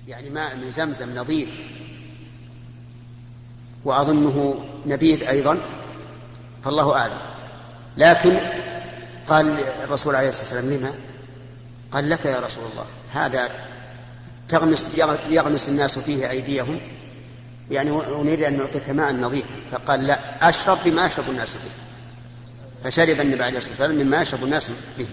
يعني ماء من زمزم نظيف وأظنه نبيذ أيضا، فالله أعلم. لكن قال الرسول عليه الصلاة والسلام لما؟ قال لك يا رسول الله هذا يغمس الناس فيه أيديهم، يعني أريد أن نعطيك ماء نظيفا. فقال لا، أشرب بما يشرب الناس به. فشرب النبي عليه الصلاة والسلام مما يشرب الناس به،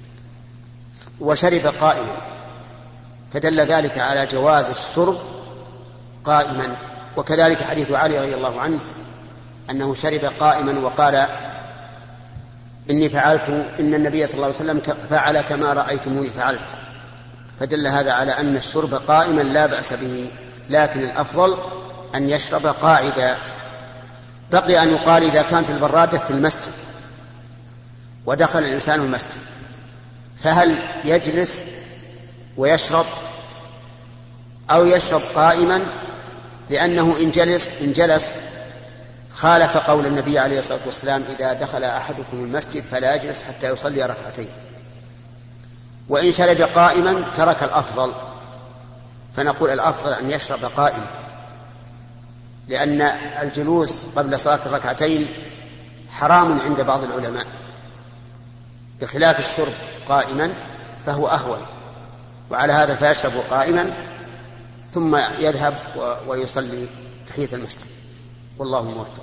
وشرب قائما، فدل ذلك على جواز الشرب قائما. وكذلك حديث علي رضي الله عنه أنه شرب قائما وقال إني فعلت، إن النبي صلى الله عليه وسلم فعل كما رأيتموني فعلت. فدل هذا على أن الشرب قائما لا بأس به، لكن الأفضل أن يشرب قاعدا. بقي أن يقال إذا كانت البرادة في المسجد ودخل الإنسان المسجد، فهل يجلس ويشرب أو يشرب قائما؟ لأنه إن جلس خالف قول النبي عليه الصلاة والسلام إذا دخل أحدكم المسجد فلا يجلس حتى يصلي ركعتين. وإن شرب قائما ترك الأفضل، فنقول الأفضل أن يشرب قائما، لأن الجلوس قبل صلاة الركعتين حرام عند بعض العلماء، بخلاف الشرب قائما فهو أهون. وعلى هذا فيشرب قائما ثم يذهب ويصلي تحية المسجد، والله موفق.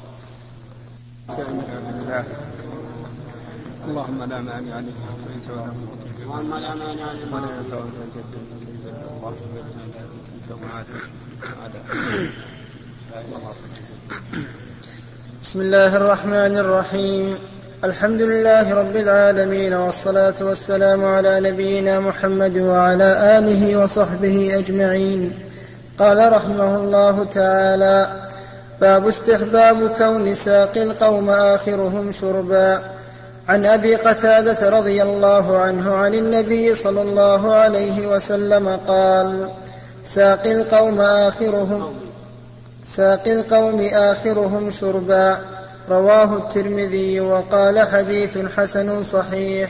اللهم لا مانع لما أعطيت ولا معطي اللهم لا مانع لما أعطيت بسم الله الرحمن الرحيم. الحمد لله رب العالمين، والصلاة والسلام على نبينا محمد وعلى آله وصحبه أجمعين. قال رحمه الله تعالى: باب استحباب كون ساقي القوم آخرهم شربا. عن أبي قتادة رضي الله عنه عن النبي صلى الله عليه وسلم قال: ساقي القوم آخرهم شربا. رواه الترمذي وقال حديث حسن صحيح.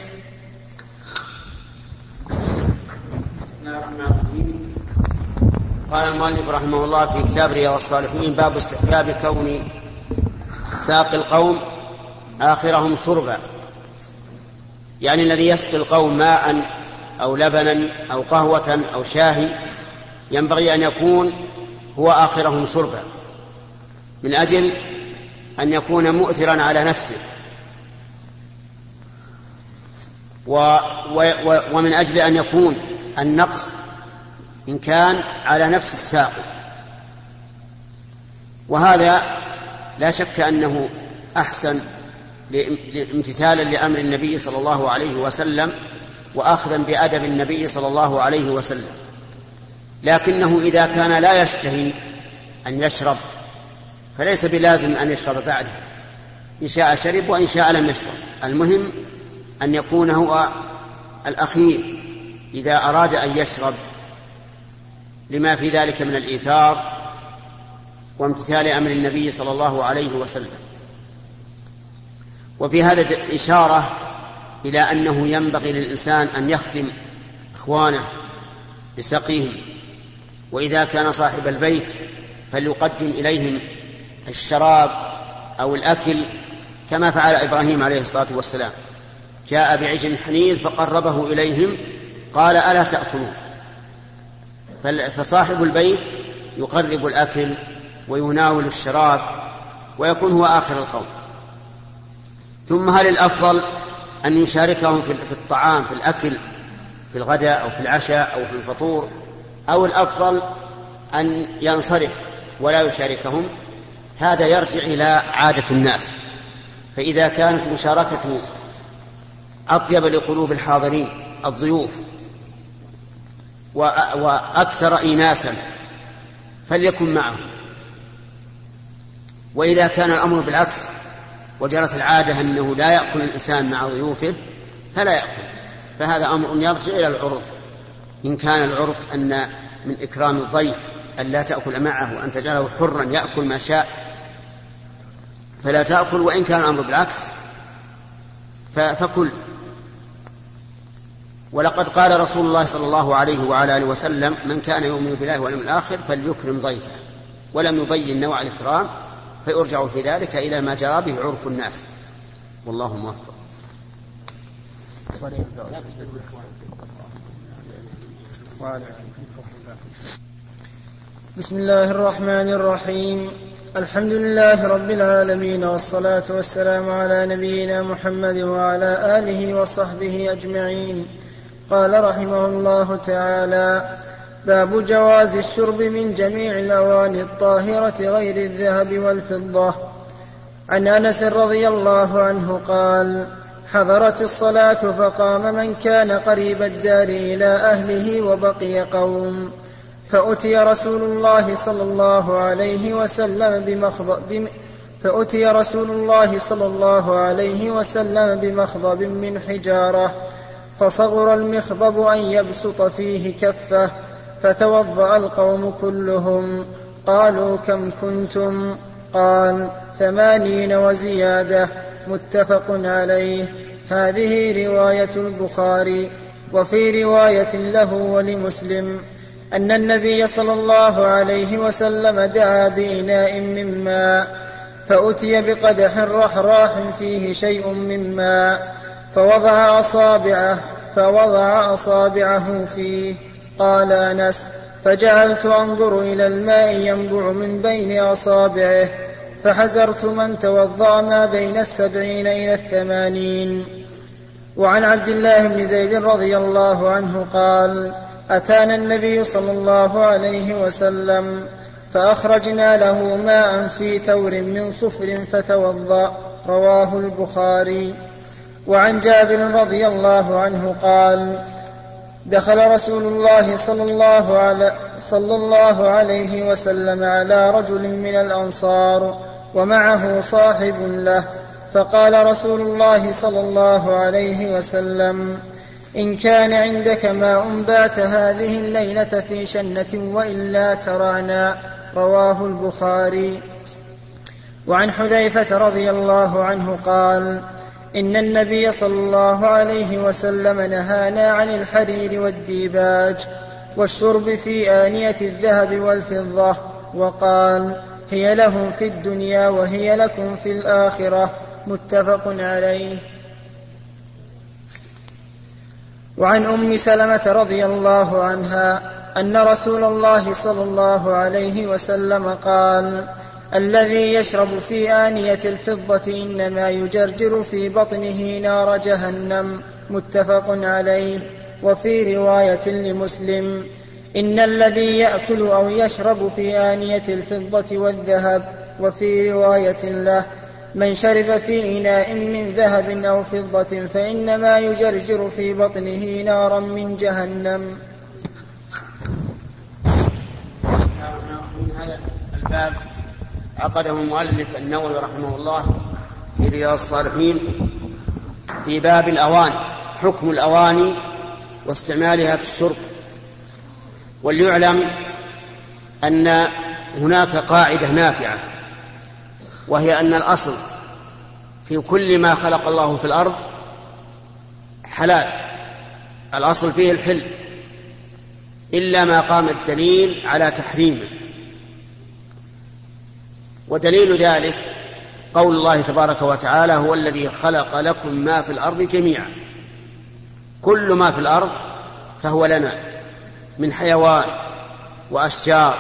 قال المؤلف رحمه الله في كتاب رياض الصالحين: باب استحباب كون ساقي القوم آخرهم شربا، يعني الذي يسقي القوم ماء أو لبنا أو قهوة أو شاهي ينبغي أن يكون هو آخرهم شربا، من أجل أن يكون مؤثرا على نفسه، ومن أجل أن يكون النقص إن كان على نفس الساقي. وهذا لا شك أنه أحسن امتثالا لأمر النبي صلى الله عليه وسلم وأخذا بأدب النبي صلى الله عليه وسلم. لكنه إذا كان لا يشتهي أن يشرب فليس بلازم أن يشرب بعده، إن شاء شرب وإن شاء لم يشرب. المهم أن يكون هو الأخير إذا أراد أن يشرب، لما في ذلك من الإيثار وامتثال أمر النبي صلى الله عليه وسلم. وفي هذا إشارة إلى أنه ينبغي للإنسان أن يخدم إخوانه بسقيهم، وإذا كان صاحب البيت فليقدم إليهم الشراب أو الأكل كما فعل إبراهيم عليه الصلاة والسلام، جاء بعجل حنيذ فقربه إليهم قال: ألا تأكلون؟ فصاحب البيت يقرب الأكل ويناول الشراب ويكون هو آخر القوم. ثم هل الأفضل أن يشاركهم في الطعام، في الأكل، في الغداء أو في العشاء أو في الفطور، أو الأفضل أن ينصرف ولا يشاركهم؟ هذا يرجع إلى عادة الناس. فإذا كانت المشاركة أطيب لقلوب الحاضرين الضيوف وأكثر إيناسا فليكن معهم. وإذا كان الأمر بالعكس وجرت العادة أنه لا يأكل الإنسان مع ضيوفه فلا يأكل، فهذا أمر يرجع إلى العرف. إن كان العرف أن من إكرام الضيف أن لا تأكل معه وأن تجعله حرا يأكل ما شاء فلا تأكل، وإن كان الأمر بالعكس فكل. ولقد قال رسول الله صلى الله عليه وعلى آله وسلم: من كان يؤمن بالله واليوم الآخر فليكرم ضيفه، ولم يبين نوع الإكرام، فيرجع في ذلك إلى ما جرى به عرف الناس، والله موفق. بسم الله الرحمن الرحيم. الحمد لله رب العالمين، والصلاة والسلام على نبينا محمد وعلى آله وصحبه أجمعين. قال رحمه الله تعالى: باب جواز الشرب من جميع الأواني الطاهرة غير الذهب والفضة. عن أنس رضي الله عنه قال: حضرت الصلاة فقام من كان قريب الدار إلى أهله وبقي قوم، فأتي رسول الله صلى الله عليه وسلم بمخضب من حجارة، فصغر المخضب أن يبسط فيه كفه، فتوضأ القوم كلهم. قالوا: كم كنتم؟ قال: 80 وزيادة. متفق عليه. هذه رواية البخاري. وفي رواية له ولمسلم أن النبي صلى الله عليه وسلم دعا بإناء من ماء، فأتي بقدح رحراح فيه شيء من ماء، فوضع أصابعه فيه. قال أنس: فجعلت أنظر إلى الماء ينبع من بين أصابعه، فحزرت من توضأ ما بين 70 إلى 80. وعن عبد الله بن زيد رضي الله عنه قال: أتانا النبي صلى الله عليه وسلم فأخرجنا له ماء في تور من صفر فتوضأ. رواه البخاري. وعن جابر رضي الله عنه قال: دخل رسول الله صلى الله عليه وسلم على رجل من الأنصار ومعه صاحب له، فقال رسول الله صلى الله عليه وسلم: إن كان عندك ماء بات هذه الليلة في شنة وإلا كرعنا. رواه البخاري. وعن حذيفة رضي الله عنه قال: إن النبي صلى الله عليه وسلم نهانا عن الحرير والديباج والشرب في آنية الذهب والفضة، وقال: هي لهم في الدنيا وهي لكم في الآخرة. متفق عليه. وعن أم سلمة رضي الله عنها أن رسول الله صلى الله عليه وسلم قال: الذي يشرب في آنية الفضة إنما يجرجر في بطنه نار جهنم. متفق عليه. وفي رواية لمسلم: إن الذي يأكل أو يشرب في آنية الفضة والذهب. وفي رواية له: من شرب في إناء من ذهب أو فضة فإنما يجرجر في بطنه نارا من جهنم. هذا الباب عقده المؤلف النووي رحمه الله في رياض الصالحين في باب الأواني، حكم الأواني واستعمالها في الشرب. وليعلم أن هناك قاعدة نافعة، وهي أن الأصل في كل ما خلق الله في الأرض حلال، الأصل فيه الحل، إلا ما قام الدليل على تحريمه. ودليل ذلك قول الله تبارك وتعالى: هو الذي خلق لكم ما في الأرض جميعا. كل ما في الأرض فهو لنا من حيوان وأشجار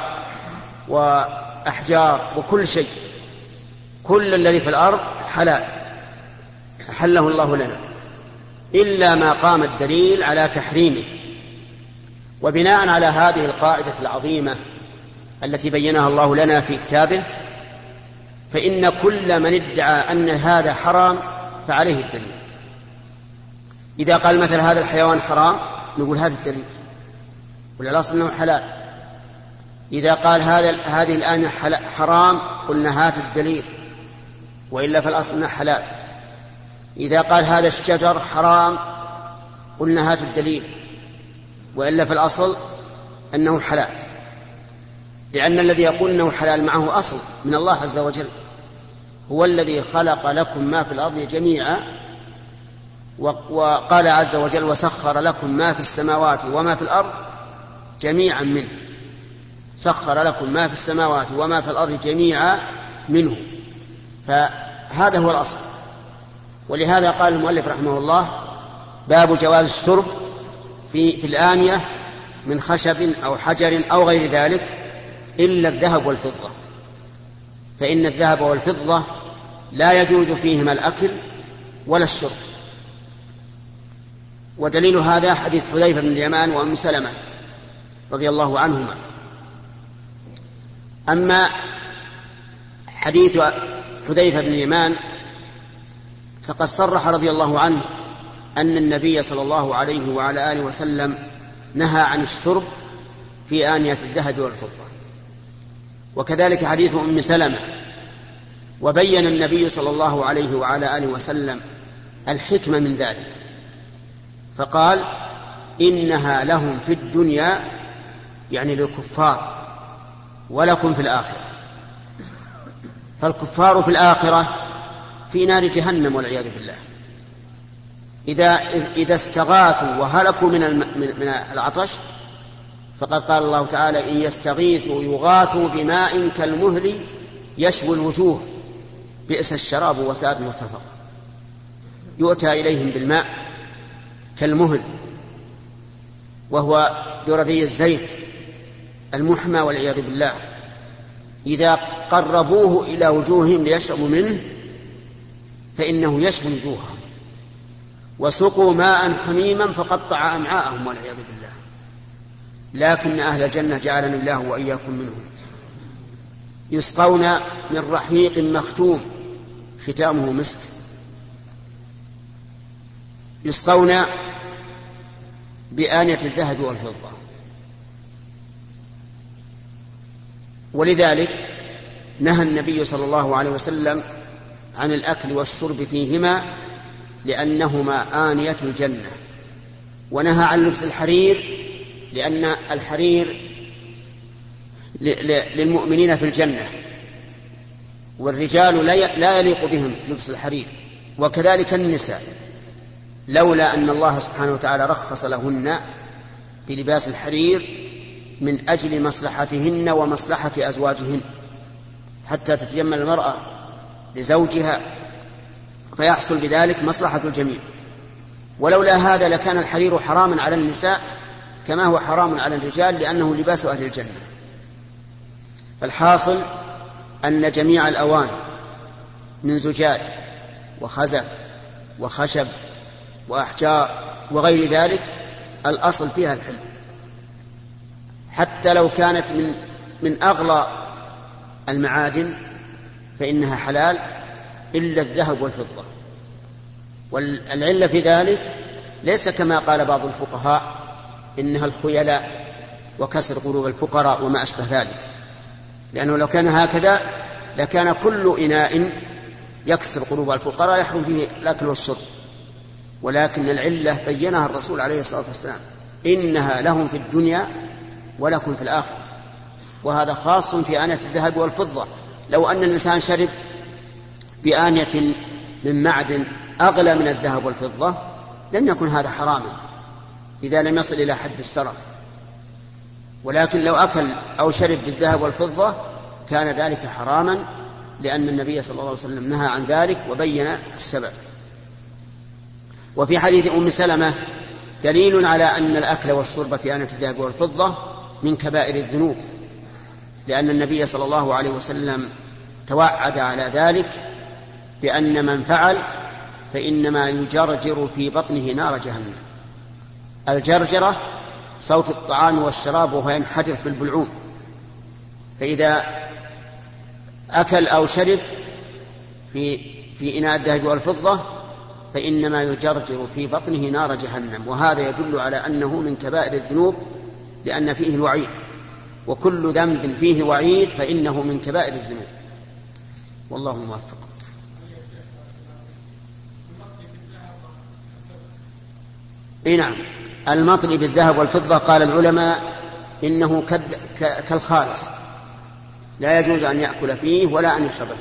وأحجار وكل شيء، كل الذي في الأرض حلال أحله الله لنا، إلا ما قام الدليل على تحريمه. وبناء على هذه القاعدة العظيمة التي بينها الله لنا في كتابه، فإن كل من ادعى أن هذا حرام فعليه الدليل. إذا قال مثل هذا الحيوان حرام، نقول هذا الدليل، والأصل أنه حلال. إذا قال هذه الآن حرام، قلنا هذا الدليل، وإلا فالأصل أنه حلال. إذا قال هذا الشجر حرام، قلنا هذا الدليل، وإلا فالأصل أنه حلال، لأن الذي يقول أنه حلال معه أصل من الله عز وجل. هو الذي خلق لكم ما في الأرض جميعا، وقال عز وجل وسخر لكم ما في السماوات وما في الأرض جميعا منه. سخر لكم ما في السماوات وما في الأرض جميعا منه، فهذا هو الأصل. ولهذا قال المؤلف رحمه الله باب جواز الشرب في الآنية من خشب أو حجر أو غير ذلك إلا الذهب والفضة، فإن الذهب والفضة لا يجوز فيهما الأكل ولا الشرب. ودليل هذا حديث حذيفة بن اليمان وأم سلمة رضي الله عنهما. أما حديث حذيفة بن اليمان فقد صرح رضي الله عنه أن النبي صلى الله عليه وعلى آله وسلم نهى عن الشرب في آنية الذهب والفضة. وكذلك حديث أم سلمة. وبين النبي صلى الله عليه وعلى آله وسلم الحكمة من ذلك، فقال إنها لهم في الدنيا، يعني للكفار، ولكم في الآخرة. فالكفار في الآخرة في نار جهنم والعياذ بالله، إذا استغاثوا وهلكوا من العطش، فقد قال الله تعالى إن يستغيثوا يغاثوا بماء كالمهل يشوي الوجوه بئس الشراب وساءت مرتفقة. يؤتى إليهم بالماء كالمهل وهو دردي الزيت المحمى والعياذ بالله، إذا قربوه إلى وجوههم ليشربوا منه فإنه يشوي وجوههم. وسقوا ماء حميما فقطع أمعاءهم والعياذ بالله. لكن أهل الجنة جعلنا الله وإياكم منهم يسقون من رحيق مختوم ختامه مسك، يسقون بآنية الذهب والفضة. ولذلك نهى النبي صلى الله عليه وسلم عن الأكل والشرب فيهما لأنهما آنية الجنة. ونهى عن لبس الحرير لأن الحرير للمؤمنين في الجنة، والرجال لا يليق بهم لبس الحرير، وكذلك النساء، لولا أن الله سبحانه وتعالى رخص لهن بلباس الحرير من أجل مصلحتهن ومصلحة أزواجهن، حتى تتجمل المرأة لزوجها فيحصل بذلك مصلحة الجميع. ولولا هذا لكان الحرير حراما على النساء كما هو حرام على الرجال، لأنه لباس أهل الجنة. فالحاصل أن جميع الأواني من زجاج وخزف وخشب وأحجار وغير ذلك الأصل فيها الحل، حتى لو كانت من أغلى المعادن فإنها حلال إلا الذهب والفضة. والعلة في ذلك ليس كما قال بعض الفقهاء إنها الخيلاء وكسر قلوب الفقراء وما أشبه ذلك، لأنه لو كان هكذا لكان كل إناء يكسر قلوب الفقراء يحرم فيه الأكل والشرب. ولكن العلة بينها الرسول عليه الصلاة والسلام إنها لهم في الدنيا ولكم في الآخرة، وهذا خاص في آنية الذهب والفضة. لو أن الإنسان شرب بآنية من معدن أغلى من الذهب والفضة لم يكن هذا حراما إذا لم يصل إلى حد السرف، ولكن لو أكل أو شرب بالذهب والفضة كان ذلك حراما، لأن النبي صلى الله عليه وسلم نهى عن ذلك وبين السبب. وفي حديث أم سلمة دليل على أن الأكل والشرب في آنية الذهب والفضة من كبائر الذنوب، لأن النبي صلى الله عليه وسلم توعد على ذلك بأن من فعل فإنما يجرجر في بطنه نار جهنم. الجرجرة صوت الطعام والشراب وهو ينحدر في البلعوم، فإذا أكل أو شرب في إناء الذهب والفضة فإنما يجرجر في بطنه نار جهنم. وهذا يدل على أنه من كبائر الذنوب لأن فيه الوعيد، وكل ذنب فيه وعيد فإنه من كبائر الذنوب. والله موفق. نعم، المطلي بالذهب والفضة قال العلماء إنه كالخالص، لا يجوز أن يأكل فيه ولا أن يشرب فيه.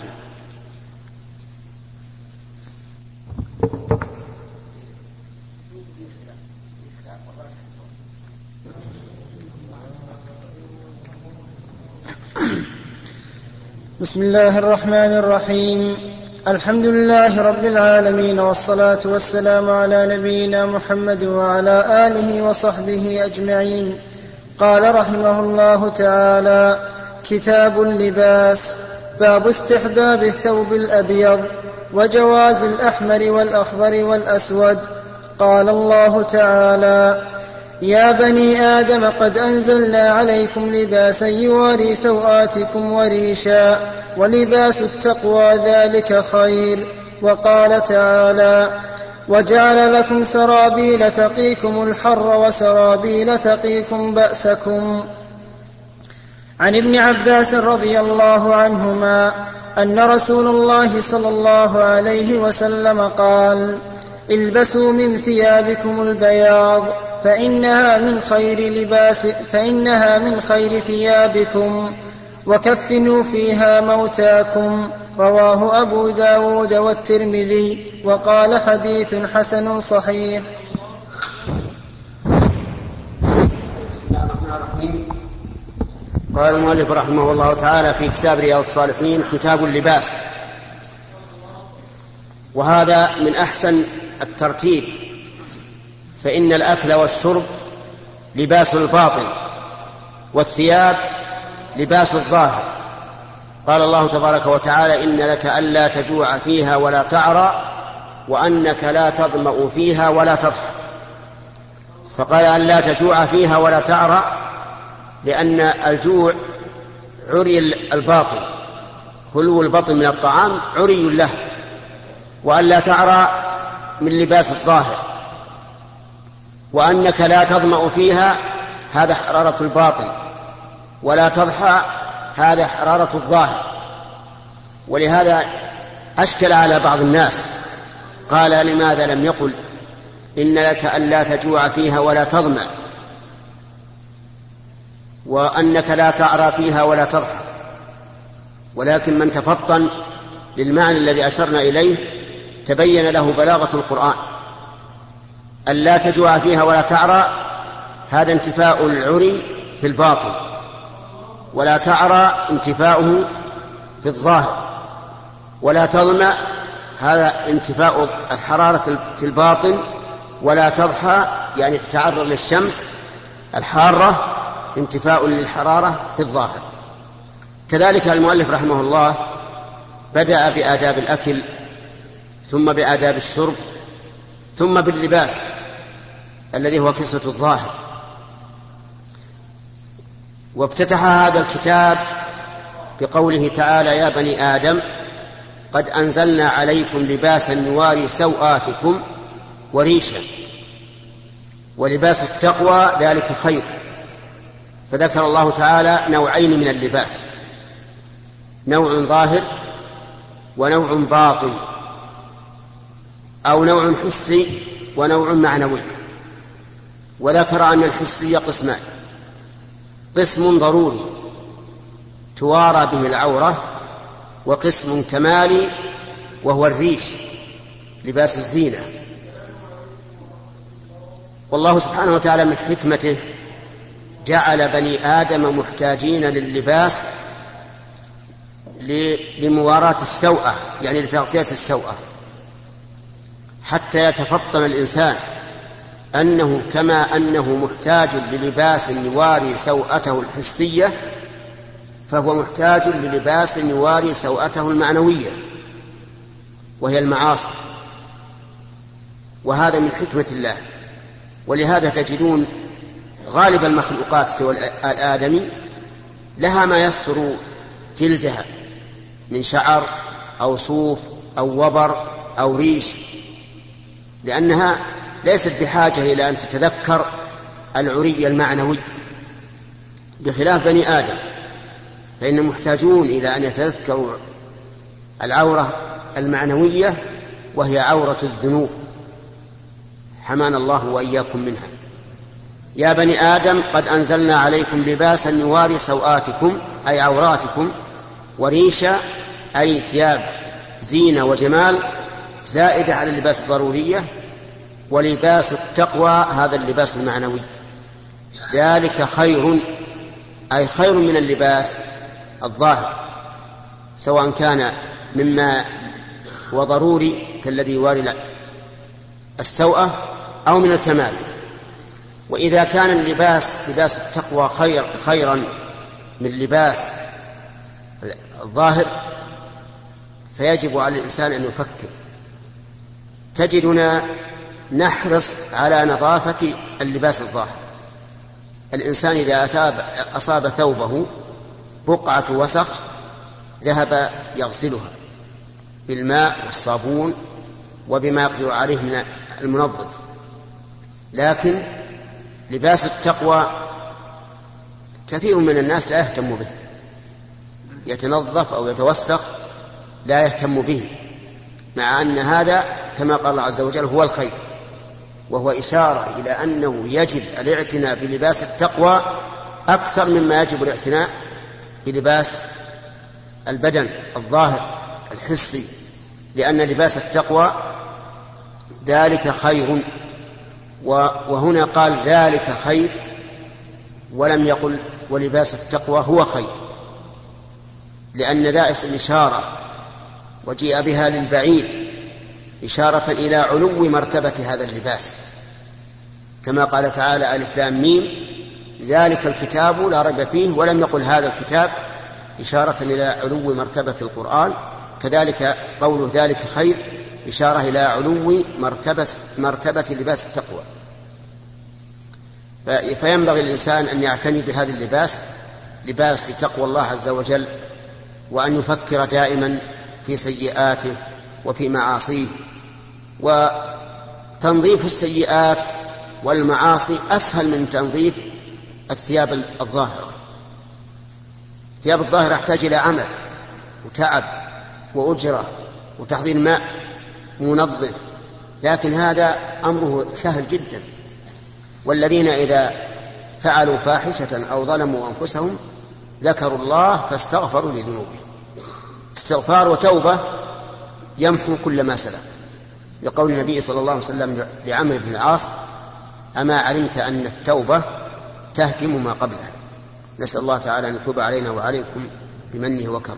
بسم الله الرحمن الرحيم. الحمد لله رب العالمين، والصلاة والسلام على نبينا محمد وعلى آله وصحبه أجمعين. قال رحمه الله تعالى: كتاب اللباس. باب استحباب الثوب الأبيض وجواز الأحمر والأخضر والأسود. قال الله تعالى: يا بني آدم قد أنزلنا عليكم لباسا يواري سوآتكم وريشا ولباس التقوى ذلك خير. وقال تعالى: وجعل لكم سرابيل تقيكم الحر وسرابيل تقيكم بأسكم. عن ابن عباس رضي الله عنهما أن رسول الله صلى الله عليه وسلم قال: البسوا من ثيابكم البياض فإنها من خير ثيابكم، وكفنوا فيها موتاكم. رواه أبو داود والترمذي، وقال: حديث حسن صحيح. قال المؤلف رحمه الله تعالى في كتاب رياض الصالحين: كتاب اللباس. وهذا من أحسن الترتيب، فإن الأكل والشرب لباس الباطن، والثياب لباس الظاهر. قال الله تبارك وتعالى: إن لك ألا تجوع فيها ولا تعرى وأنك لا تظمأ فيها ولا تضحى. فقال ألا تجوع فيها ولا تعرى لأن الجوع عري الباطن، خلو البطن من الطعام عري له، وألا تعرى من لباس الظاهر، وأنك لا تظمأ فيها هذا حرارة الباطن، ولا تضحى هذا حرارة الظاهر. ولهذا أشكل على بعض الناس، قال: لماذا لم يقل إن لك ألا تجوع فيها ولا تظمأ، وأنك لا تعرى فيها ولا تضحى؟ ولكن من تفطن للمعنى الذي أشرنا إليه تبين له بلاغة القرآن. ألا تجوع فيها ولا تعرى هذا انتفاء العري في الباطن، ولا تعرى انتفاؤه في الظاهر، ولا تظمأ هذا انتفاء الحرارة في الباطن، ولا تضحى يعني تتعرض للشمس الحارة انتفاء للحرارة في الظاهر. كذلك المؤلف رحمه الله بدأ بآداب الأكل، ثم بآداب الشرب، ثم باللباس الذي هو كسوة الظاهر. وافتتح هذا الكتاب بقوله تعالى: يا بني آدم قد أنزلنا عليكم لباسا يواري سوآتكم وريشا ولباس التقوى ذلك خير. فذكر الله تعالى نوعين من اللباس: نوع ظاهر ونوع باطن، أو نوع حسي ونوع معنوي. وذكر أن الحسي قسمان: قسم ضروري توارى به العورة، وقسم كمالي وهو الريش لباس الزينة. والله سبحانه وتعالى من حكمته جعل بني آدم محتاجين لللباس لمواراة السوءة، يعني لتغطية السوءة، حتى يتفطن الإنسان أنه كما أنه محتاج للباس يواري سوءته الحسية، فهو محتاج للباس يواري سوءته المعنوية وهي المعاصي. وهذا من حكمة الله. ولهذا تجدون غالب المخلوقات سوى الآدمي لها ما يستر جلدها من شعر أو صوف أو وبر أو ريش، لأنها ليست بحاجة إلى أن تتذكر العري المعنوي، بخلاف بني آدم فإنهم محتاجون إلى أن يتذكروا العورة المعنوية وهي عورة الذنوب، حمانا الله وإياكم منها. يا بني آدم قد أنزلنا عليكم لباسا يواري سوآتكم أي عوراتكم، وريشا أي ثياب زينة وجمال زائدة على اللباس الضرورية، ولباس التقوى هذا اللباس المعنوي. ذلك خير أي خير من اللباس الظاهر. سواء كان مما هو ضروري كالذي يواري السوءة أو من الكمال. وإذا كان اللباس لباس التقوى خيرا من لباس الظاهر فيجب على الإنسان أن يفكر. تجدنا نحرص على نظافة اللباس الظاهر. الإنسان إذا أصاب ثوبه بقعة وسخ ذهب يغسلها بالماء والصابون وبما يقدر عليه من المنظف. لكن لباس التقوى كثير من الناس لا يهتم به، يتنظف أو يتوسخ لا يهتم به، مع أن هذا كما قال الله عز وجل هو الخير، وهو إشارة إلى أنه يجب الاعتناء بلباس التقوى أكثر مما يجب الاعتناء بلباس البدن الظاهر الحسي، لأن لباس التقوى ذلك خير. وهنا قال ذلك خير ولم يقل ولباس التقوى هو خير، لأن ذا اسم إشارة وجيء بها للبعيد إشارة إلى علو مرتبة هذا اللباس، كما قال تعالى ألف لام ميم ذلك الكتاب لا ريب فيه، ولم يقل هذا الكتاب إشارة إلى علو مرتبة القرآن. كذلك قوله ذلك خير إشارة إلى علو مرتبة لباس التقوى. فينبغي الإنسان أن يعتني بهذا اللباس، لباس تقوى الله عز وجل، وأن يفكر دائما في سيئاته وفي معاصيه. وتنظيف السيئات والمعاصي أسهل من تنظيف الثياب الظاهرة. الثياب الظاهرة يحتاج إلى عمل وتعب وأجرة وتحضير ماء منظف، لكن هذا أمره سهل جدا. والذين إذا فعلوا فاحشة أو ظلموا أنفسهم ذكروا الله فاستغفروا لذنوبهم. استغفار وتوبة يمحو كل ما سلف، لقول النبي صلى الله عليه وسلم لعمرو بن العاص أما علمت أن التوبة تهدم ما قبلها. نسأل الله تعالى أن يتوب علينا وعليكم بمنه وكرمه.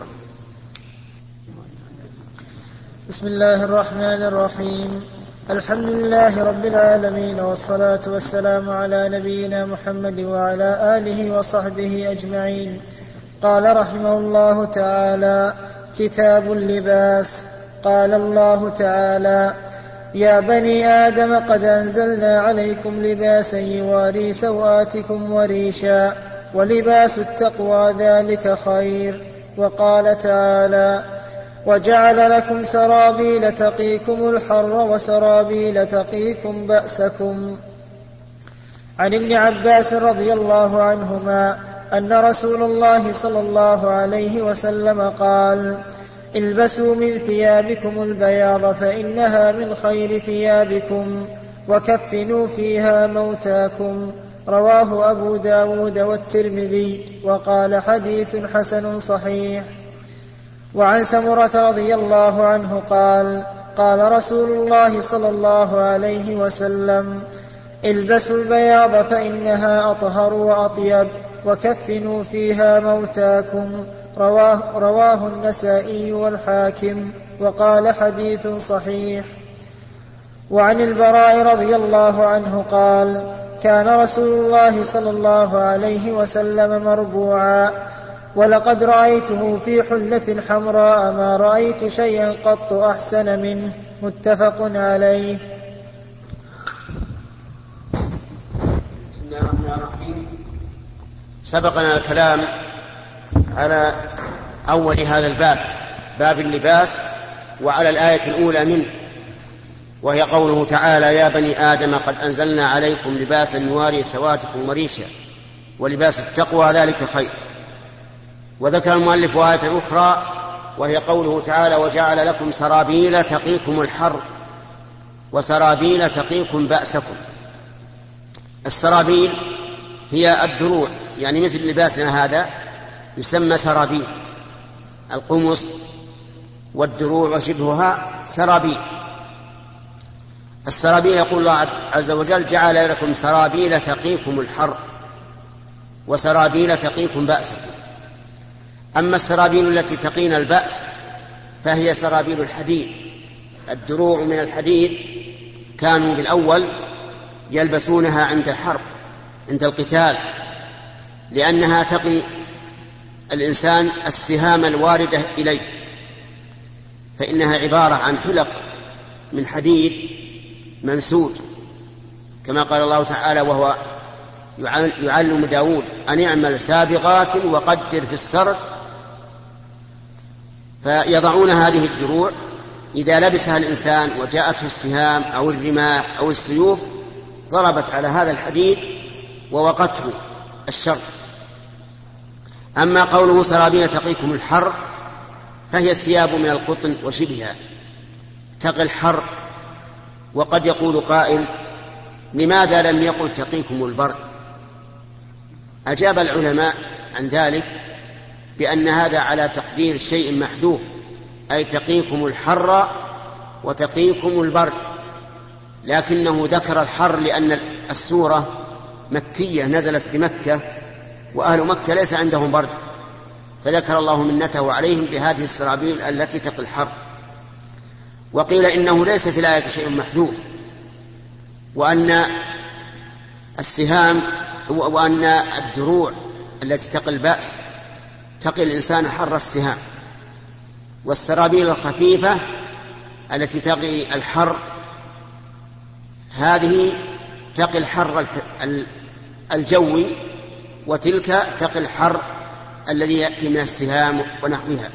بسم الله الرحمن الرحيم. الحمد لله رب العالمين، والصلاة والسلام على نبينا محمد وعلى آله وصحبه أجمعين. قال رحمه الله تعالى: كتاب اللباس. قال الله تعالى: يا بني آدم قد أنزلنا عليكم لباسا يواري سوآتكم وريشا ولباس التقوى ذلك خير. وقال تعالى: وجعل لكم سرابيل تقيكم الحر وسرابيل تقيكم بأسكم. عن ابن عباس رضي الله عنهما أن رسول الله صلى الله عليه وسلم قال: البسوا من ثيابكم البياض فإنها من خير ثيابكم، وكفنوا فيها موتاكم. رواه أبو داود والترمذي، وقال حديث حسن صحيح. وعن سمرة رضي الله عنه قال: قال رسول الله صلى الله عليه وسلم: البسوا البياض فإنها أطهر وأطيب، وكفنوا فيها موتاكم. رواه النسائي والحاكم، وقال حديث صحيح. وعن البراء رضي الله عنه قال: كان رسول الله صلى الله عليه وسلم مربوعا، ولقد رأيته في حلة حمراء ما رأيت شيئا قط أحسن منه. متفق عليه. سبقنا الكلام على أول هذا الباب، باب اللباس، وعلى الآية الأولى منه، وهي قوله تعالى: يا بني آدم قد أنزلنا عليكم لباسا يواري سواتكم وريشا ولباس التقوى ذلك خير. وذكر المؤلف آية أخرى وهي قوله تعالى: وجعل لكم سرابيل تقيكم الحر وسرابيل تقيكم بأسكم. السرابيل هي الدروع، يعني مثل لباسنا هذا يسمى سرابيل، القمص والدروع وشبهها سرابيل. السرابيل يقول الله عز وجل: جعل لكم سرابيل تقيكم الحر وسرابيل تقيكم بأسكم. أما السرابيل التي تقينا البأس فهي سرابيل الحديد. الدروع من الحديد كانوا بالأول يلبسونها عند الحرب عند القتال، لأنها تقي الإنسان السهام الواردة إليه، فإنها عبارة عن حلق من حديد منسوج، كما قال الله تعالى وهو يعلم داود أن يعمل سابغات وقدر في السرد. فيضعون هذه الدروع إذا لبسها الإنسان وجاءته السهام أو الرماح أو السيوف ضربت على هذا الحديد ووقته الشر. أما قوله سرابيل تقيكم الحر فهي الثياب من القطن وشبهها تقي الحر. وقد يقول قائل لماذا لم يقل تقيكم البرد؟ أجاب العلماء عن ذلك بأن هذا على تقدير شيء محذوف، أي تقيكم الحر وتقيكم البرد، لكنه ذكر الحر لأن السورة مكية نزلت بمكة وأهل مكة ليس عندهم برد، فذكر الله منته عليهم بهذه السرابيل التي تقي الحر. وقيل إنه ليس في الآية شيء محذوف، وأن السهام وأن الدروع التي تقي البأس تقي الإنسان حر السهام، والسرابيل الخفيفة التي تقي الحر هذه تقي الحر الجوي، وتلك تقي الحر الذي يأتي من السهام ونحوها.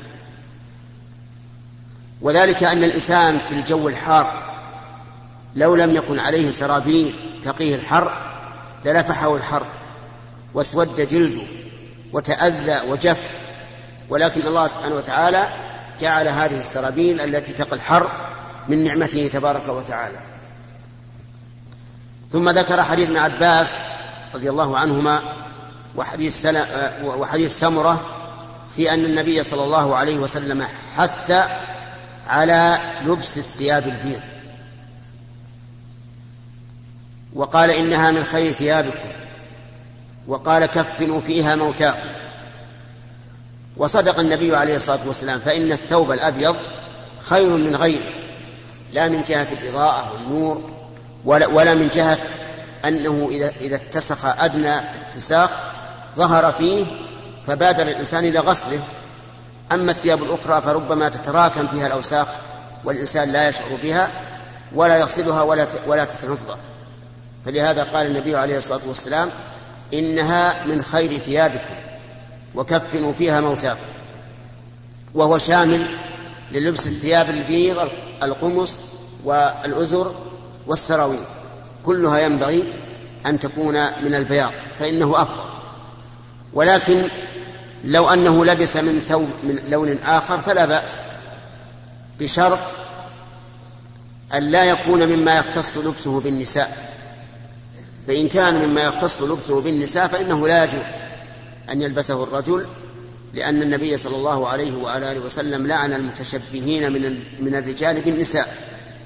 وذلك أن الإنسان في الجو الحار لو لم يكن عليه سرابيل تقيه الحر للفحه الحر واسود جلده وتأذى وجف، ولكن الله سبحانه وتعالى جعل هذه السرابيل التي تقي الحر من نعمته تبارك وتعالى. ثم ذكر حديث ابن عباس رضي الله عنهما وحديث سمرة في أن النبي صلى الله عليه وسلم حث على لبس الثياب البيض، وقال إنها من خير ثيابكم، وقال كفنوا فيها موتاكم. وصدق النبي عليه الصلاة والسلام، فإن الثوب الأبيض خير من غيره، لا من جهة الإضاءة والنور ولا من جهة أنه إذا اتسخ أدنى اتساخ ظهر فيه فبادر الإنسان إلى غسله. أما الثياب الأخرى فربما تتراكم فيها الأوساخ والإنسان لا يشعر بها ولا يغسلها ولا تتنفض. فلهذا قال النبي عليه الصلاة والسلام إنها من خير ثيابكم وكفنوا فيها موتاكم، وهو شامل للبس الثياب البيض القمص والأزر والسراويل، كلها ينبغي أن تكون من البياض فإنه أفضل. ولكن لو أنه لبس من ثوب من لون آخر فلا بأس، بشرط أن لا يكون مما يختص لبسه بالنساء. فإن كان مما يختص لبسه بالنساء فإنه لا يجوز أن يلبسه الرجل، لأن النبي صلى الله عليه وعلى آله وسلم لعن المتشبهين من الرجال بالنساء.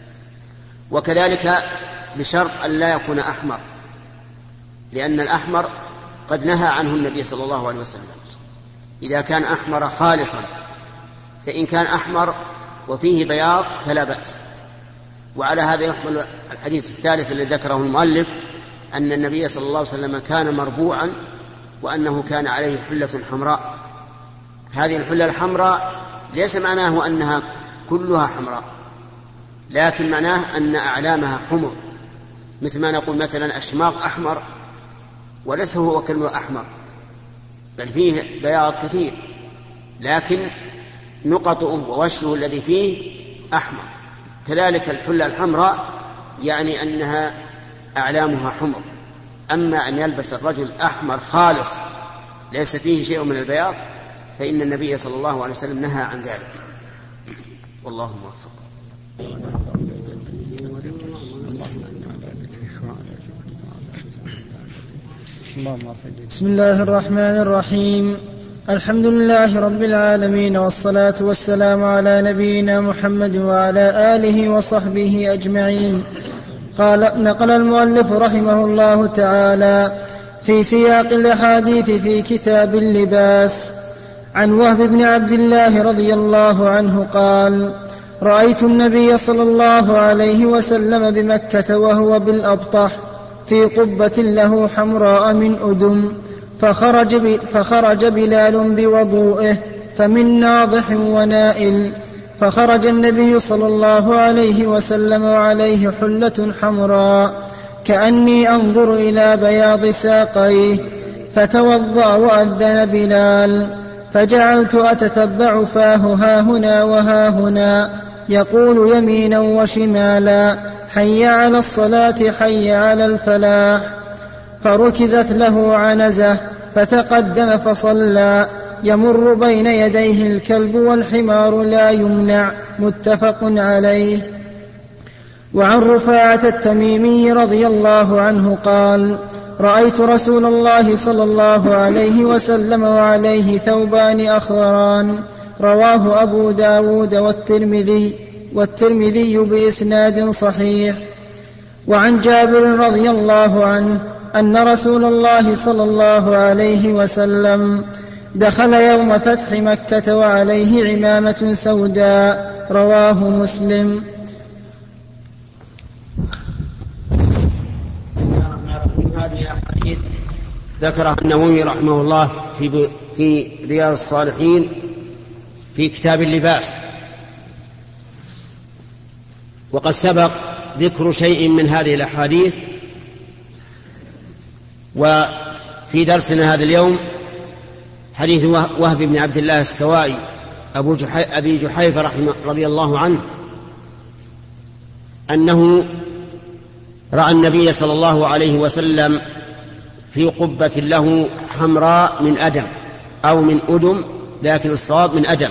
وكذلك بشرط أن لا يكون أحمر، لأن الأحمر قد نهى عنه النبي صلى الله عليه وسلم إذا كان أحمر خالصا، فإن كان أحمر وفيه بياض فلا بأس. وعلى هذا يحمل الحديث الثالث الذي ذكره المؤلف أن النبي صلى الله عليه وسلم كان مربوعا وأنه كان عليه حلة حمراء. هذه الحلة الحمراء ليس معناه أنها كلها حمراء، لكن معناه أن أعلامها حمر، مثل ما نقول مثلا الشماغ أحمر وليس هو كله أحمر، بل فيه بياض كثير، لكن نقطه ووشه الذي فيه أحمر. كذلك الحلة الحمراء يعني أنها أعلامها حمر. أما أن يلبس الرجل أحمر خالص ليس فيه شيء من البياض فإن النبي صلى الله عليه وسلم نهى عن ذلك، والله موفق. بسم الله الرحمن الرحيم. الحمد لله رب العالمين، والصلاة والسلام على نبينا محمد وعلى آله وصحبه أجمعين. نقل المؤلف رحمه الله تعالى في سياق الأحاديث في كتاب اللباس عن وهب بن عبد الله رضي الله عنه قال: رأيت النبي صلى الله عليه وسلم بمكة وهو بالأبطح في قبة له حمراء من أدم، فخرج بلال بوضوئه فمن ناضح ونائل، فخرج النبي صلى الله عليه وسلم وعليه حلة حمراء كأني أنظر إلى بياض ساقيه، فتوضأ وأذن بلال، فجعلت أتتبع فاه هاهنا وهاهنا يقول يمينا وشمالا: حي على الصلاة حي على الفلاح. فركزت له عنزة فتقدم فصلى، يمر بين يديه الكلب والحمار لا يمنع، متفق عليه. وعن رفاعة التميمي رضي الله عنه قال: رأيت رسول الله صلى الله عليه وسلم وعليه ثوبان أخضران، رواه أبو داود والترمذي بإسناد صحيح. وعن جابر رضي الله عنه أن رسول الله صلى الله عليه وسلم دخل يوم فتح مكة وعليه عمامة سوداء، رواه مسلم. هذه أحاديث ذكرها النووي رحمه الله في رياض الصالحين في كتاب اللباس، وقد سبق ذكر شيء من هذه الأحاديث. وفي درسنا هذا اليوم حديث وهب بن عبد الله السوائي أبي جحيفة رضي الله عنه أنه رأى النبي صلى الله عليه وسلم في قبة له حمراء من أدم أو من أدم، لكن الصواب من أدم،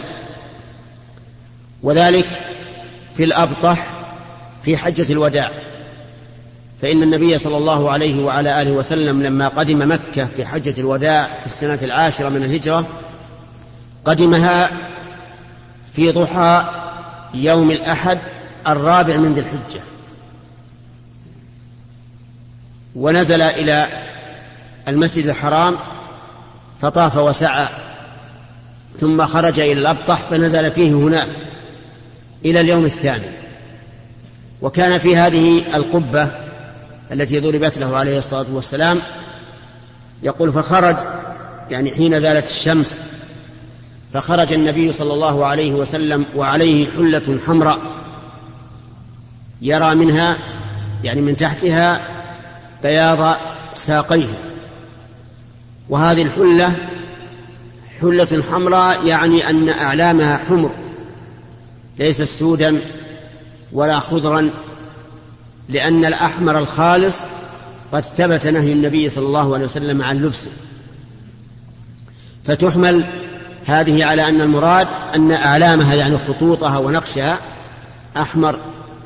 وذلك في الأبطح في حجة الوداع. فإن النبي صلى الله عليه وعلى آله وسلم لما قدم مكة في حجة الوداع في السنة 10 من الهجرة قدمها في ضحى يوم الأحد 4 من ذي الحجة، ونزل إلى المسجد الحرام فطاف وسعى، ثم خرج إلى الأبطح فنزل فيه هناك إلى اليوم الثاني. وكان في هذه القبة التي ضربت له عليه الصلاة والسلام يقول: فخرج، يعني حين زالت الشمس، فخرج النبي صلى الله عليه وسلم وعليه حلة حمراء يرى منها، يعني من تحتها، بياض ساقيه. وهذه الحلة حلة حمراء، يعني أن أعلامها حمر، ليس سودا ولا خضرا، لأن الأحمر الخالص قد ثبت نهي النبي صلى الله عليه وسلم عن لبسه، فتحمل هذه على أن المراد أن أعلامها يعني خطوطها ونقشها أحمر.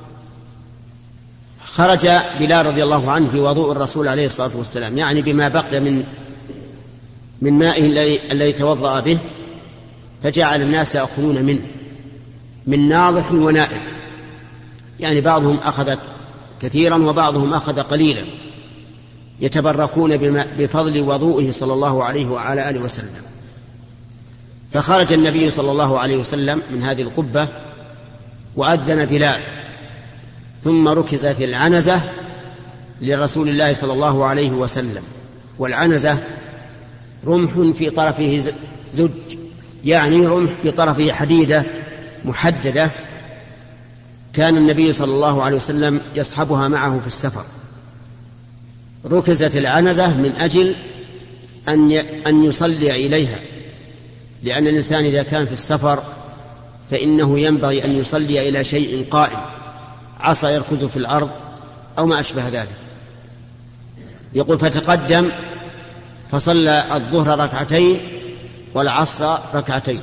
خرج بلال رضي الله عنه بوضوء الرسول عليه الصلاة والسلام، يعني بما بقي من مائه الذي توضأ به، فجعل الناس يأخذون منه من ناضح ونائل، يعني بعضهم أخذ كثيرا وبعضهم أخذ قليلا، يتبركون بفضل وضوئه صلى الله عليه وعلى آله وسلم. فخرج النبي صلى الله عليه وسلم من هذه القبة وأذن بلال، ثم ركزت العنزة لرسول الله صلى الله عليه وسلم. والعنزة رمح في طرفه زج، يعني رمح في طرفه حديدة محددة، كان النبي صلى الله عليه وسلم يصحبها معه في السفر. ركزت العنزة من أجل أن يصلي إليها، لأن الإنسان إذا كان في السفر فإنه ينبغي أن يصلي إلى شيء قائم، عصا يركز في الأرض أو ما أشبه ذلك. يقول: فتقدم فصلى الظهر 2 والعصر 2.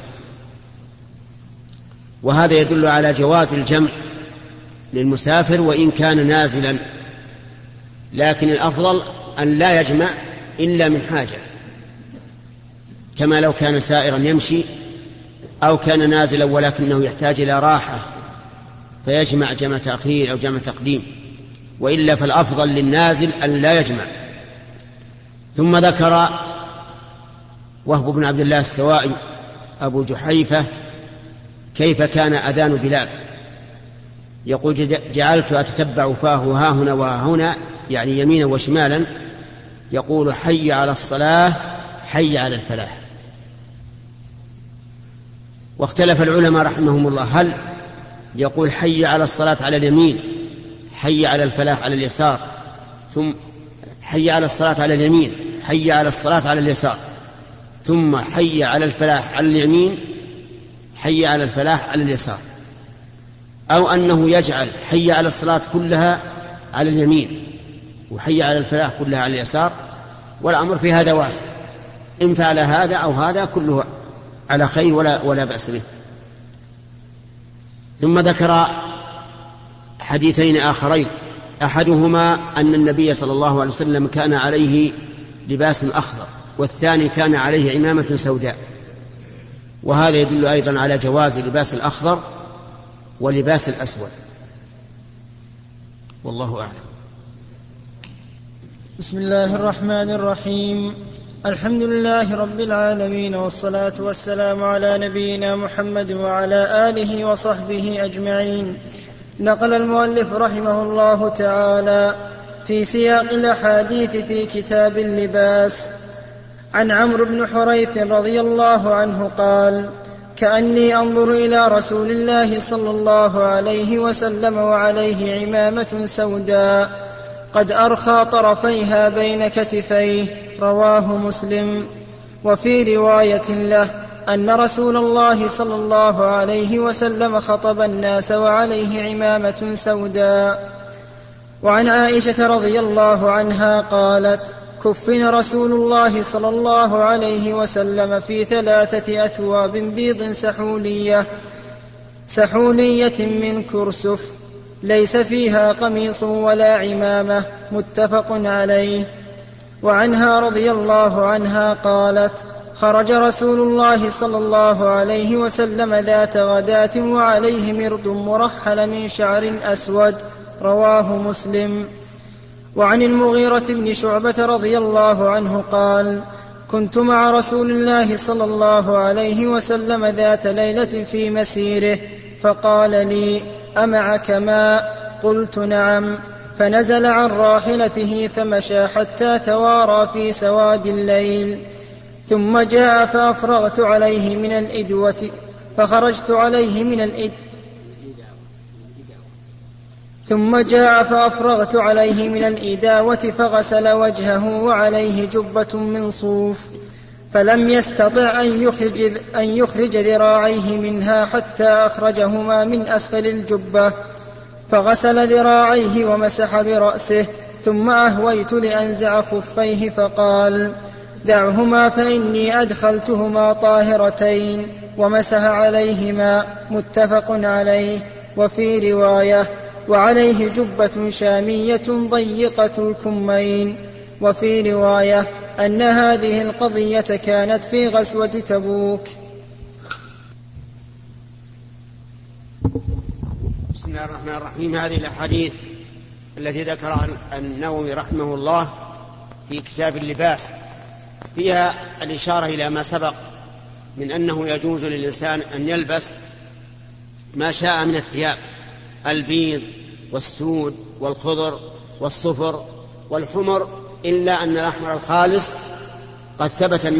وهذا يدل على جواز الجمع للمسافر وإن كان نازلا، لكن الأفضل أن لا يجمع إلا من حاجة، كما لو كان سائرا يمشي أو كان نازلا ولكنه يحتاج إلى راحة فيجمع جمع تأخير أو جمع تقديم، وإلا فالأفضل للنازل أن لا يجمع. ثم ذكر وهب بن عبد الله السوائي أبو جحيفة كيف كان أذان بلال، يقول جعلت أتتبع فاه ها هنا وها هنا، يعني يمينا وشمالا، يقول حي على الصلاة حي على الفلاح. واختلف العلماء رحمهم الله هل يقول حي على الصلاة على اليمين، حي على الفلاح على اليسار، ثم حي على الصلاة على اليمين، حي على الصلاة على اليسار، ثم حي على الفلاح على اليمين، حي على الفلاح على اليسار، أو أنه يجعل حي على الصلاة كلها على اليمين وحي على الفلاح كلها على اليسار. والأمر في هذا واسع، إن فعل هذا أو هذا كله على خير ولا بأس به. ثم ذكر حديثين آخرين، أحدهما أن النبي صلى الله عليه وسلم كان عليه لباس أخضر، والثاني كان عليه عمامة سوداء، وهذا يدل أيضا على جواز لباس الأخضر ولباس الأسود، والله أعلم. بسم الله الرحمن الرحيم. الحمد لله رب العالمين، والصلاة والسلام على نبينا محمد وعلى آله وصحبه أجمعين. نقل المؤلف رحمه الله تعالى في سياق الأحاديث في كتاب اللباس عن عمرو بن حريث رضي الله عنه قال: كأني أنظر إلى رسول الله صلى الله عليه وسلم وعليه عمامة سوداء قد أرخى طرفيها بين كتفيه، رواه مسلم. وفي رواية له أن رسول الله صلى الله عليه وسلم خطب الناس وعليه عمامة سوداء. وعن عائشة رضي الله عنها قالت: كفن رسول الله صلى الله عليه وسلم في 3 أثواب بيض سحولية من كرسف ليس فيها قميص ولا عمامة، متفق عليه. وعنها رضي الله عنها قالت: خرج رسول الله صلى الله عليه وسلم ذات غداة وعليه مرد مرحل من شعر أسود، رواه مسلم. وعن المغيرة بن شعبة رضي الله عنه قال: كنت مع رسول الله صلى الله عليه وسلم ذات ليلة في مسيره، فقال لي: أمعك ماء؟ قلت: نعم. فنزل عن راحلته فمشى حتى توارى في سواد الليل، ثم جاء فأفرغت عليه من الإدوة فخرجت عليه من الإداوة فغسل وجهه وعليه جبة من صوف، فلم يستطع أن يخرج ذراعيه منها حتى أخرجهما من أسفل الجبة، فغسل ذراعيه ومسح برأسه، ثم أهويت لأنزع خفيه فقال: دعهما فإني أدخلتهما طاهرتين، ومسح عليهما، متفق عليه. وفي رواية: وعليه جبة شامية ضيقة الكمين. وفي رواية أن هذه القضية كانت في غزوة تبوك. بسم الله الرحمن الرحيم. هذه الأحاديث التي ذكرها النووي رحمه الله في كتاب اللباس فيها الإشارة إلى ما سبق من أنه يجوز للإنسان أن يلبس ما شاء من الثياب، البيض والسود والخضر والصفر والحمر، إلا أن الأحمر الخالص قد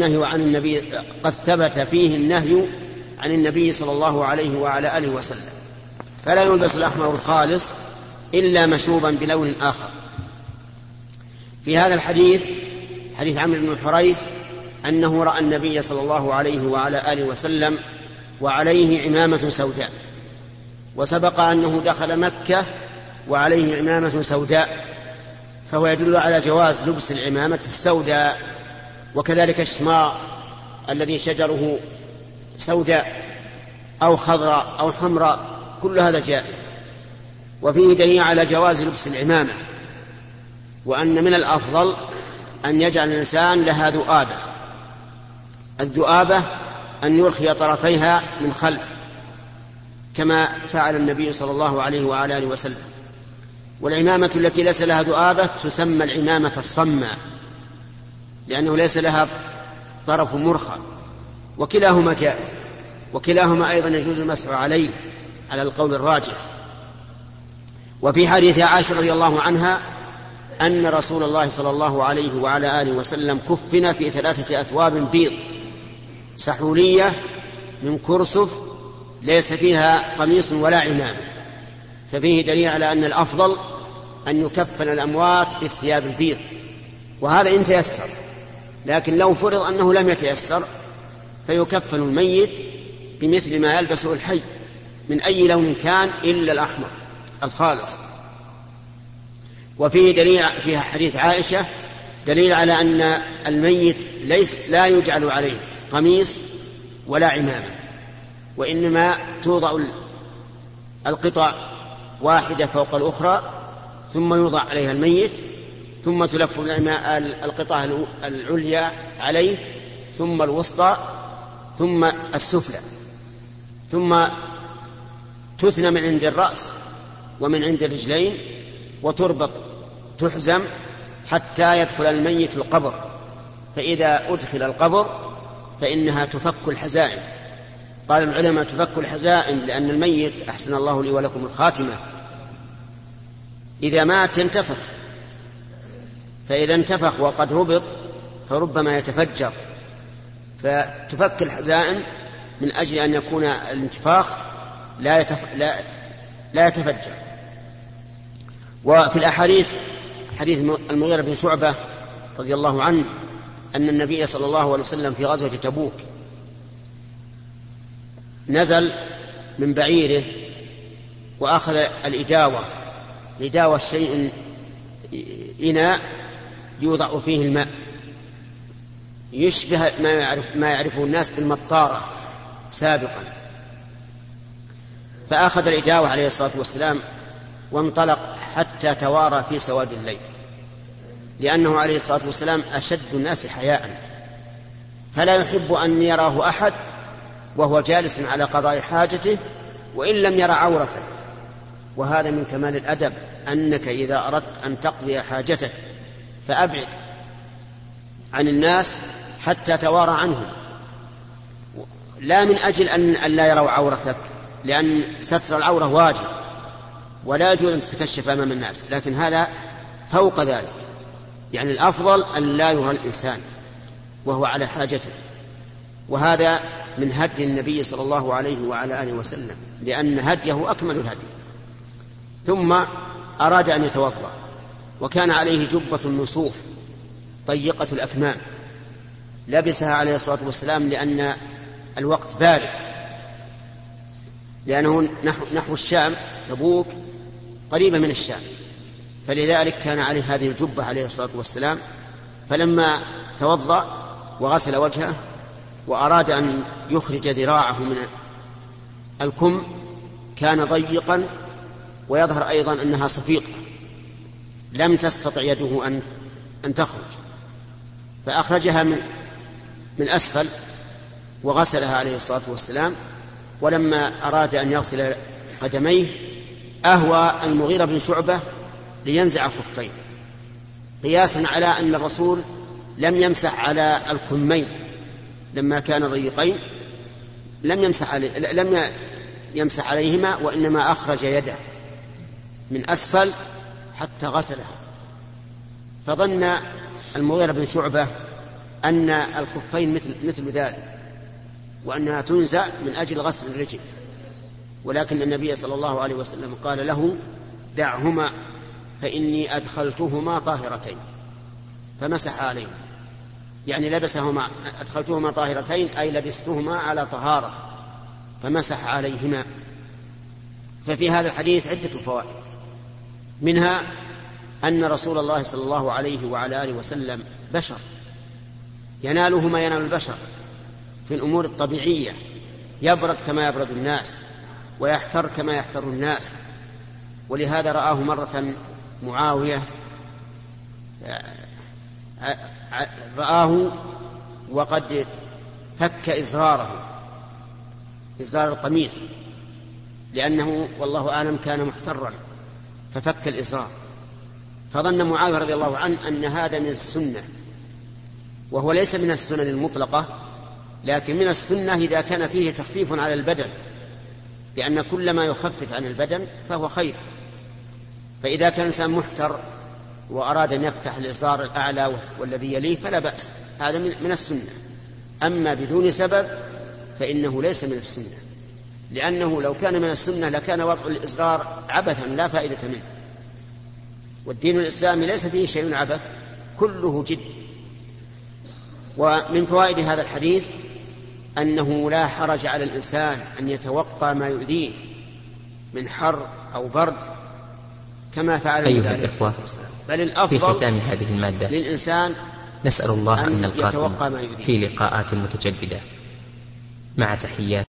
ثبت فيه النهي عن النبي صلى الله عليه وعلى آله وسلم، فلا يلبس الأحمر الخالص إلا مشوبا بلون آخر. في هذا الحديث، حديث عمرو بن حريث، أنه رأى النبي صلى الله عليه وعلى آله وسلم وعليه عمامة سوداء، وسبق أنه دخل مكة وعليه عمامة سوداء، فهو يدل على جواز لبس العمامة السوداء، وكذلك الشماء الذي شجره سوداء أو خضراء أو حمراء، كل هذا جائز. وفيه دليل على جواز لبس العمامة، وأن من الأفضل أن يجعل الإنسان لها ذؤابة. الذؤابة أن يرخي طرفيها من خلف كما فعل النبي صلى الله عليه وعلى آله وسلم. والعمامة التي ليس لها ذؤابة تسمى العمامة الصماء، لأنه ليس لها طرف مرخى، وكلاهما جائز، وكلاهما أيضا يجوز المسح عليه على القول الراجح. وفي حديث عائشة رضي الله عنها أن رسول الله صلى الله عليه وعلى آله وسلم كفن في 3 أثواب بيض سحولية من كرسف ليس فيها قميص ولا عمامة، ففيه دليل على أن الأفضل أن يكفن الأموات بالثياب البيض، وهذا إن تيسر. لكن لو فرض أنه لم يتيسر فيكفن الميت بمثل ما يلبسه الحي من أي لون كان إلا الأحمر الخالص. وفيه دليل في حديث عائشة دليل على أن الميت لا يجعل عليه قميص ولا عمامة، وإنما توضع القطع واحدة فوق الأخرى ثم يوضع عليها الميت، ثم تلف القطع العليا عليه، ثم الوسطى، ثم السفلى، ثم تثنى من عند الرأس ومن عند الرجلين وتربط تحزم حتى يدخل الميت القبر، فإذا أدخل القبر فإنها تفك الحزائم. قال العلماء تفك الحزائم لأن الميت أحسن الله لي ولكم الخاتمة إذا مات ينتفخ، فإذا انتفخ وقد ربط فربما يتفجر، فتفك الحزائم من أجل أن يكون الانتفاخ لا يتفجر. وفي الأحاديث حديث المغيرة بن شعبة رضي الله عنه أن النبي صلى الله عليه وسلم في غزوة تبوك نزل من بعيره وأخذ الإداوة شيء إناء يوضع فيه الماء يشبه ما يعرفه الناس بالمطارة سابقا، فأخذ الإداوة عليه الصلاة والسلام وانطلق حتى توارى في سواد الليل، لأنه عليه الصلاة والسلام أشد الناس حياء، فلا يحب أن يراه أحد وهو جالس على قضاء حاجته وإن لم يرى عورته. وهذا من كمال الأدب أنك إذا أردت أن تقضي حاجتك فأبعد عن الناس حتى توارى عنهم، لا من أجل أن لا يروا عورتك، لأن ستر العورة واجب ولا يجوز أن تتكشف أمام الناس، لكن هذا فوق ذلك، يعني الأفضل أن لا يرى الإنسان وهو على حاجته. وهذا من هدي النبي صلى الله عليه وعلى آله وسلم، لأن هديه أكمل الهدي. ثم أراد أن يتوضأ، وكان عليه جبة نصوف ضيقة الأكمام لبسها عليه الصلاة والسلام لأن الوقت بارد، لأنه نحو الشام، تبوك قريبة من الشام، فلذلك كان عليه هذه الجبة عليه الصلاة والسلام. فلما توضأ وغسل وجهه وأراد أن يخرج ذراعه من الكم كان ضيقا، ويظهر أيضا أنها صفيقة لم تستطع يده أن تخرج، فأخرجها من أسفل وغسلها عليه الصلاة والسلام. ولما أراد أن يغسل قدميه أهوى المغيرة بن شعبة لينزع خفين، قياسا على أن الرسول لم يمسح على الكمين لما كان ضيقين، لم يمسح عليهما، وإنما أخرج يده من أسفل حتى غسلها. فظن المغيرة بن شعبة أن الخفين مثل ذلك، وأنها تنزع من أجل غسل الرجل، ولكن النبي صلى الله عليه وسلم قال له دعهما فإني أدخلتهما طاهرتين، فمسح عليهما، يعني لبسهما، أدخلتهما طاهرتين أي لبستهما على طهارة فمسح عليهما. ففي هذا الحديث عدة فوائد، منها أن رسول الله صلى الله عليه وعلى آله وسلم بشر يناله ما ينال البشر في الأمور الطبيعية، يبرد كما يبرد الناس ويحتر كما يحتر الناس. ولهذا رآه مرة معاوية، رآه وقد فك إزراره، إزرار القميص، لأنه والله أعلم كان محترا ففك الإزرار، فظن معاوية رضي الله عنه أن هذا من السنة، وهو ليس من السنن المطلقة، لكن من السنة إذا كان فيه تخفيف على البدن، لأن كل ما يخفف عن البدن فهو خير. فإذا كان الإنسان محتر وأراد أن يفتح الإزار الأعلى والذي يليه فلا بأس، هذا من السنة. أما بدون سبب فإنه ليس من السنة، لأنه لو كان من السنة لكان وضع الإزرار عبثا لا فائدة منه. والدين الإسلامي ليس فيه شيء عبث، كله جد. ومن فوائد هذا الحديث أنه لا حرج على الإنسان أن يتوقى ما يؤذيه من حر أو برد كما فعل أيها الإخوة، بل الأفضل في ختام هذه المادة للإنسان نسأل الله أن يتوقى نلقاكم ما يؤذيه في لقاءات متجددة، مع تحيات